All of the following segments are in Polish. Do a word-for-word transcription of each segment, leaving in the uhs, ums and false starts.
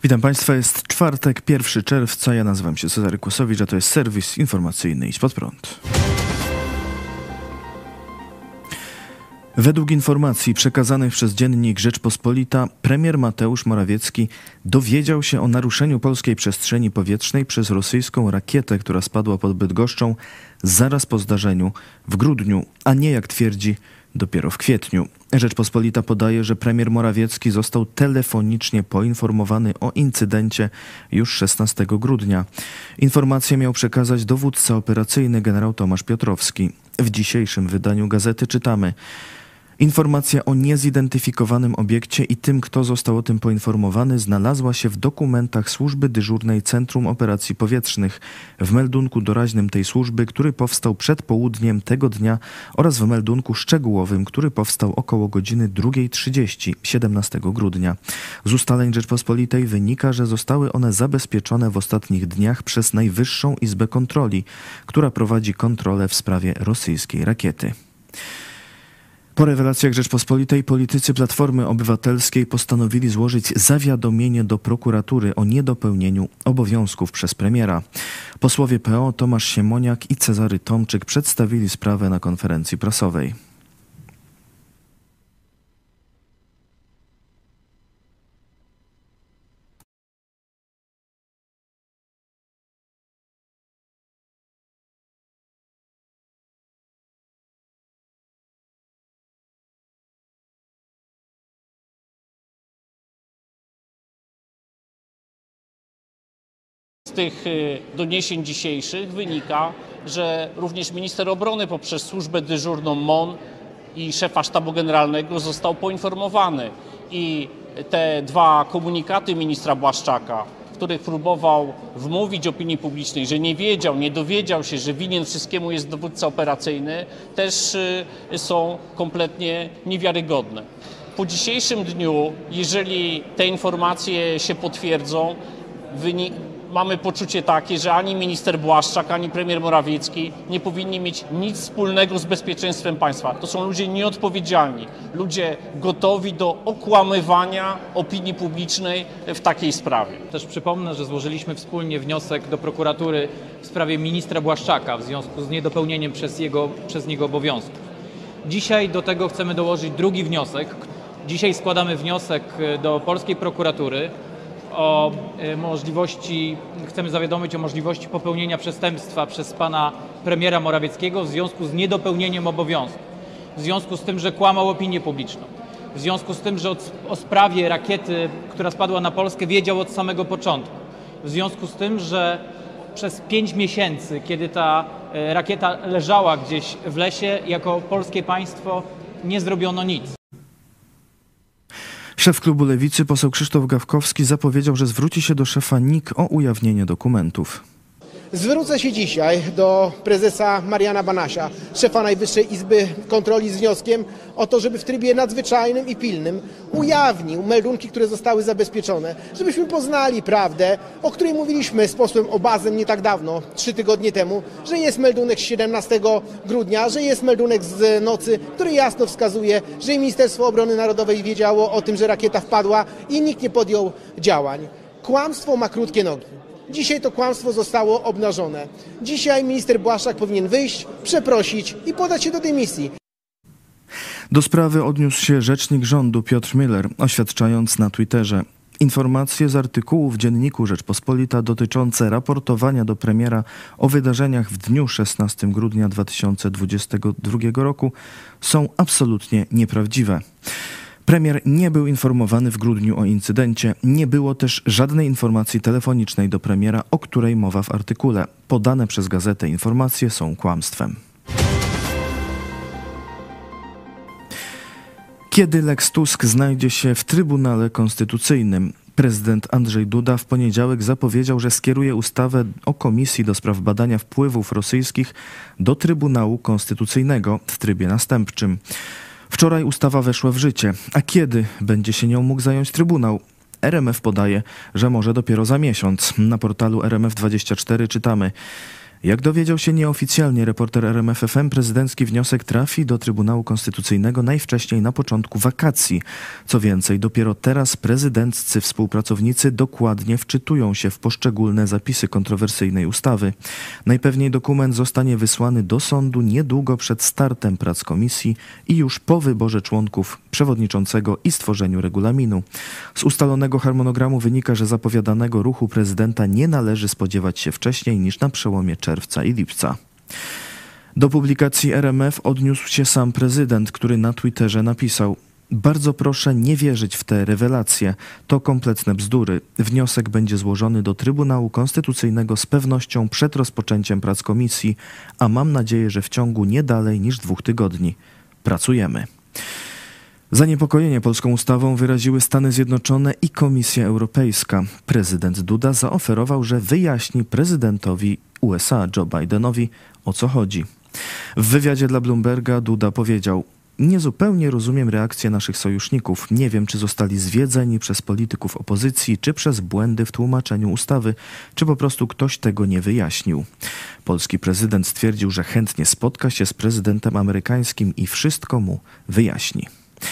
Witam Państwa, jest czwartek, pierwszego czerwca, ja nazywam się Cezary Kłosowicz, a to jest serwis informacyjny Idź Pod Prąd. Według informacji przekazanych przez dziennik Rzeczpospolita, premier Mateusz Morawiecki dowiedział się o naruszeniu polskiej przestrzeni powietrznej przez rosyjską rakietę, która spadła pod Bydgoszczą zaraz po zdarzeniu w grudniu, a nie, jak twierdzi, dopiero w kwietniu. Rzeczpospolita podaje, że premier Morawiecki został telefonicznie poinformowany o incydencie już szesnastego grudnia. Informację miał przekazać dowódca operacyjny generał Tomasz Piotrowski. W dzisiejszym wydaniu gazety czytamy: informacja o niezidentyfikowanym obiekcie i tym, kto został o tym poinformowany, znalazła się w dokumentach służby dyżurnej Centrum Operacji Powietrznych, w meldunku doraźnym tej służby, który powstał przed południem tego dnia, oraz w meldunku szczegółowym, który powstał około godziny drugiej trzydzieści siedemnastego grudnia. Z ustaleń Rzeczpospolitej wynika, że zostały one zabezpieczone w ostatnich dniach przez Najwyższą Izbę Kontroli, która prowadzi kontrolę w sprawie rosyjskiej rakiety. Po rewelacjach Rzeczpospolitej politycy Platformy Obywatelskiej postanowili złożyć zawiadomienie do prokuratury o niedopełnieniu obowiązków przez premiera. Posłowie P O Tomasz Siemoniak i Cezary Tomczyk przedstawili sprawę na konferencji prasowej. Z tych doniesień dzisiejszych wynika, że również minister obrony poprzez służbę dyżurną M O N i szefa sztabu generalnego został poinformowany. I te dwa komunikaty ministra Błaszczaka, w których próbował wmówić opinii publicznej, że nie wiedział, nie dowiedział się, że winien wszystkiemu jest dowódca operacyjny, też są kompletnie niewiarygodne. Po dzisiejszym dniu, jeżeli te informacje się potwierdzą, wynik mamy poczucie takie, że ani minister Błaszczak, ani premier Morawiecki nie powinni mieć nic wspólnego z bezpieczeństwem państwa. To są ludzie nieodpowiedzialni, ludzie gotowi do okłamywania opinii publicznej w takiej sprawie. Też przypomnę, że złożyliśmy wspólnie wniosek do prokuratury w sprawie ministra Błaszczaka w związku z niedopełnieniem przez, jego, przez niego obowiązków. Dzisiaj do tego chcemy dołożyć drugi wniosek. Dzisiaj składamy wniosek do polskiej prokuratury o możliwości, chcemy zawiadomić o możliwości popełnienia przestępstwa przez pana premiera Morawieckiego w związku z niedopełnieniem obowiązków, w związku z tym, że kłamał opinię publiczną, w związku z tym, że od, o sprawie rakiety, która spadła na Polskę, wiedział od samego początku, w związku z tym, że przez pięć miesięcy, kiedy ta rakieta leżała gdzieś w lesie, jako polskie państwo nie zrobiono nic. Szef klubu Lewicy, poseł Krzysztof Gawkowski, zapowiedział, że zwróci się do szefa N I K o ujawnienie dokumentów. Zwrócę się dzisiaj do prezesa Mariana Banasia, szefa Najwyższej Izby Kontroli, z wnioskiem o to, żeby w trybie nadzwyczajnym i pilnym ujawnił meldunki, które zostały zabezpieczone, żebyśmy poznali prawdę, o której mówiliśmy z posłem Obazem nie tak dawno, trzy tygodnie temu, że jest meldunek z siedemnastego grudnia, że jest meldunek z nocy, który jasno wskazuje, że Ministerstwo Obrony Narodowej wiedziało o tym, że rakieta wpadła i nikt nie podjął działań. Kłamstwo ma krótkie nogi. Dzisiaj to kłamstwo zostało obnażone. Dzisiaj minister Błaszczak powinien wyjść, przeprosić i podać się do dymisji. Do sprawy odniósł się rzecznik rządu Piotr Müller, oświadczając na Twitterze: informacje z artykułu w dzienniku Rzeczpospolita dotyczące raportowania do premiera o wydarzeniach w dniu szesnastego grudnia dwa tysiące dwudziestego drugiego roku są absolutnie nieprawdziwe. Premier nie był informowany w grudniu o incydencie. Nie było też żadnej informacji telefonicznej do premiera, o której mowa w artykule. Podane przez gazetę informacje są kłamstwem. Kiedy Lex Tusk znajdzie się w Trybunale Konstytucyjnym? Prezydent Andrzej Duda w poniedziałek zapowiedział, że skieruje ustawę o Komisji do spraw badania wpływów rosyjskich do Trybunału Konstytucyjnego w trybie następczym. Wczoraj ustawa weszła w życie, a kiedy będzie się nią mógł zająć Trybunał? R M F podaje, że może dopiero za miesiąc. Na portalu R M F dwadzieścia cztery czytamy: Jak dowiedział się nieoficjalnie reporter R M F F M, prezydencki wniosek trafi do Trybunału Konstytucyjnego najwcześniej na początku wakacji. Co więcej, dopiero teraz prezydenccy współpracownicy dokładnie wczytują się w poszczególne zapisy kontrowersyjnej ustawy. Najpewniej dokument zostanie wysłany do sądu niedługo przed startem prac komisji i już po wyborze członków przewodniczącego i stworzeniu regulaminu. Z ustalonego harmonogramu wynika, że zapowiadanego ruchu prezydenta nie należy spodziewać się wcześniej niż na przełomie czerwca i lipca. Do publikacji R M F odniósł się sam prezydent, który na Twitterze napisał: bardzo proszę nie wierzyć w te rewelacje. To kompletne bzdury. Wniosek będzie złożony do Trybunału Konstytucyjnego z pewnością przed rozpoczęciem prac komisji, a mam nadzieję, że w ciągu nie dalej niż dwóch tygodni. Pracujemy. Zaniepokojenie polską ustawą wyraziły Stany Zjednoczone i Komisja Europejska. Prezydent Duda zaoferował, że wyjaśni prezydentowi U S A Joe Bidenowi, o co chodzi. W wywiadzie dla Bloomberga Duda powiedział: niezupełnie rozumiem reakcję naszych sojuszników. Nie wiem, czy zostali zwiedzeni przez polityków opozycji, czy przez błędy w tłumaczeniu ustawy, czy po prostu ktoś tego nie wyjaśnił. Polski prezydent stwierdził, że chętnie spotka się z prezydentem amerykańskim i wszystko mu wyjaśni.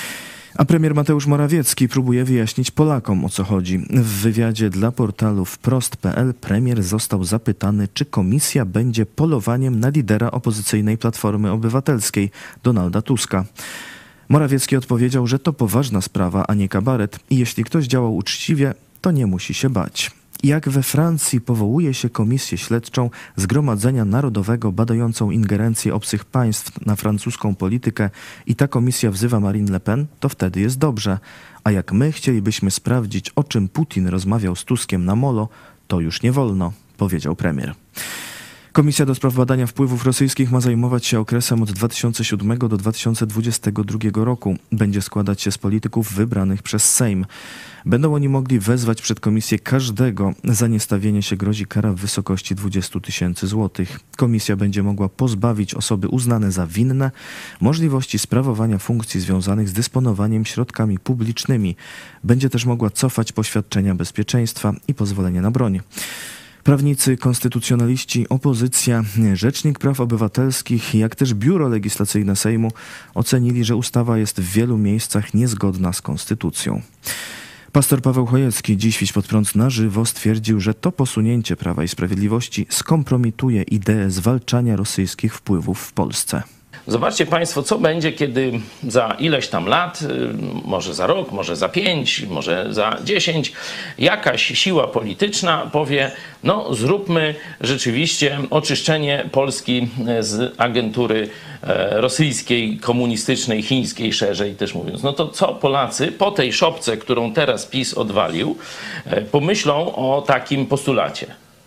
A premier Mateusz Morawiecki próbuje wyjaśnić Polakom, o co chodzi. W wywiadzie dla portalu wprost kropka p l premier został zapytany, czy komisja będzie polowaniem na lidera opozycyjnej Platformy Obywatelskiej, Donalda Tuska. Morawiecki odpowiedział, że to poważna sprawa, a nie kabaret i jeśli ktoś działał uczciwie, to nie musi się bać. Jak we Francji powołuje się komisję śledczą Zgromadzenia Narodowego badającą ingerencję obcych państw na francuską politykę i ta komisja wzywa Marine Le Pen, to wtedy jest dobrze. A jak my chcielibyśmy sprawdzić, o czym Putin rozmawiał z Tuskiem na molo, to już nie wolno, powiedział premier. Komisja do spraw badania wpływów rosyjskich ma zajmować się okresem od dwa tysiące siódmego do dwa tysiące dwudziestego drugiego roku. Będzie składać się z polityków wybranych przez Sejm. Będą oni mogli wezwać przed komisję każdego. Za niestawienie się grozi kara w wysokości dwudziestu tysięcy złotych. Komisja będzie mogła pozbawić osoby uznane za winne możliwości sprawowania funkcji związanych z dysponowaniem środkami publicznymi. Będzie też mogła cofać poświadczenia bezpieczeństwa i pozwolenie na broń. Prawnicy, konstytucjonaliści, opozycja, Rzecznik Praw Obywatelskich, jak też Biuro Legislacyjne Sejmu ocenili, że ustawa jest w wielu miejscach niezgodna z konstytucją. Pastor Paweł Chojecki, dziś w Idź Pod Prąd na żywo, stwierdził, że to posunięcie Prawa i Sprawiedliwości skompromituje ideę zwalczania rosyjskich wpływów w Polsce. Zobaczcie Państwo, co będzie, kiedy za ileś tam lat, może za rok, może za pięć, może za dziesięć, jakaś siła polityczna powie: no zróbmy rzeczywiście oczyszczenie Polski z agentury rosyjskiej, komunistycznej, chińskiej szerzej też mówiąc. No to co Polacy po tej szopce, którą teraz PiS odwalił, pomyślą o takim postulacie?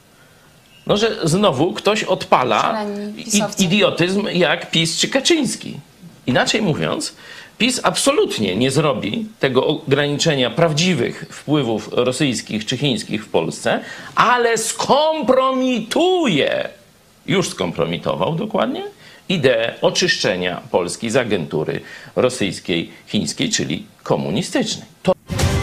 No, że znowu ktoś odpala idiotyzm jak PiS czy Kaczyński. Inaczej mówiąc, PiS absolutnie nie zrobi tego ograniczenia prawdziwych wpływów rosyjskich czy chińskich w Polsce, ale skompromituje, już skompromitował dokładnie, ideę oczyszczenia Polski z agentury rosyjskiej, chińskiej, czyli komunistycznej. To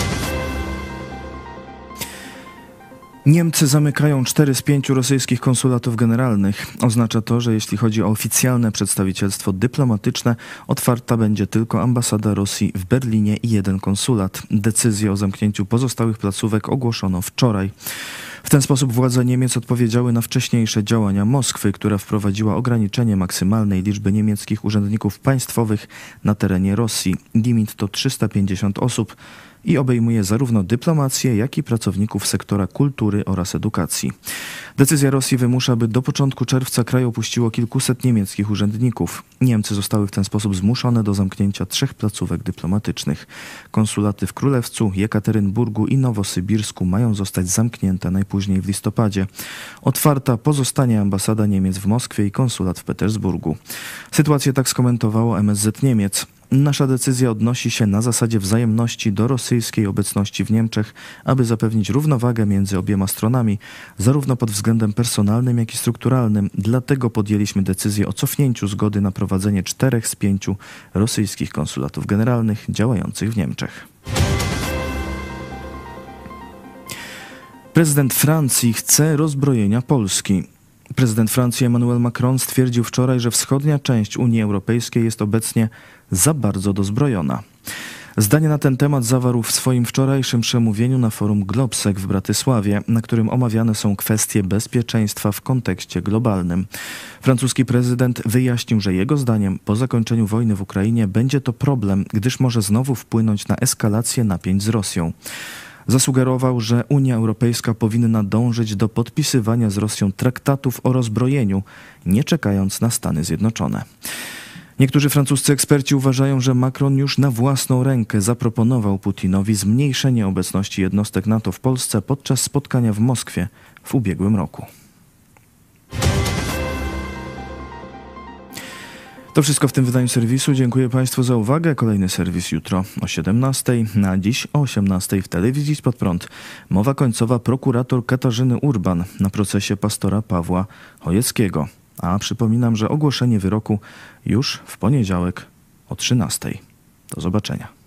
Niemcy zamykają cztery z pięciu rosyjskich konsulatów generalnych. Oznacza to, że jeśli chodzi o oficjalne przedstawicielstwo dyplomatyczne, otwarta będzie tylko ambasada Rosji w Berlinie i jeden konsulat. Decyzję o zamknięciu pozostałych placówek ogłoszono wczoraj. W ten sposób władze Niemiec odpowiedziały na wcześniejsze działania Moskwy, która wprowadziła ograniczenie maksymalnej liczby niemieckich urzędników państwowych na terenie Rosji. Limit to trzysta pięćdziesiąt osób i obejmuje zarówno dyplomację, jak i pracowników sektora kultury oraz edukacji. Decyzja Rosji wymusza, by do początku czerwca kraj opuściło kilkuset niemieckich urzędników. Niemcy zostały w ten sposób zmuszone do zamknięcia trzech placówek dyplomatycznych. Konsulaty w Królewcu, Jekaterynburgu i Nowosybirsku mają zostać zamknięte najpóźniej w listopadzie. Otwarta pozostanie ambasada Niemiec w Moskwie i konsulat w Petersburgu. Sytuację tak skomentowało M S Z Niemiec. Nasza decyzja odnosi się na zasadzie wzajemności do rosyjskiej obecności w Niemczech, aby zapewnić równowagę między obiema stronami, zarówno pod względem personalnym, jak i strukturalnym. Dlatego podjęliśmy decyzję o cofnięciu zgody na prowadzenie czterech z pięciu rosyjskich konsulatów generalnych działających w Niemczech. Prezydent Francji chce rozbrojenia Polski. Prezydent Francji Emmanuel Macron stwierdził wczoraj, że wschodnia część Unii Europejskiej jest obecnie za bardzo dozbrojona. Zdanie na ten temat zawarł w swoim wczorajszym przemówieniu na forum Globsec w Bratysławie, na którym omawiane są kwestie bezpieczeństwa w kontekście globalnym. Francuski prezydent wyjaśnił, że jego zdaniem po zakończeniu wojny w Ukrainie będzie to problem, gdyż może znowu wpłynąć na eskalację napięć z Rosją. Zasugerował, że Unia Europejska powinna dążyć do podpisywania z Rosją traktatów o rozbrojeniu, nie czekając na Stany Zjednoczone. Niektórzy francuscy eksperci uważają, że Macron już na własną rękę zaproponował Putinowi zmniejszenie obecności jednostek NATO w Polsce podczas spotkania w Moskwie w ubiegłym roku. To wszystko w tym wydaniu serwisu. Dziękuję Państwu za uwagę. Kolejny serwis jutro o siedemnastej, na dziś o osiemnastej w telewizji Spod Prąd. Mowa końcowa prokurator Katarzyny Urban na procesie pastora Pawła Chojeckiego. A przypominam, że ogłoszenie wyroku już w poniedziałek o trzynastej. Do zobaczenia.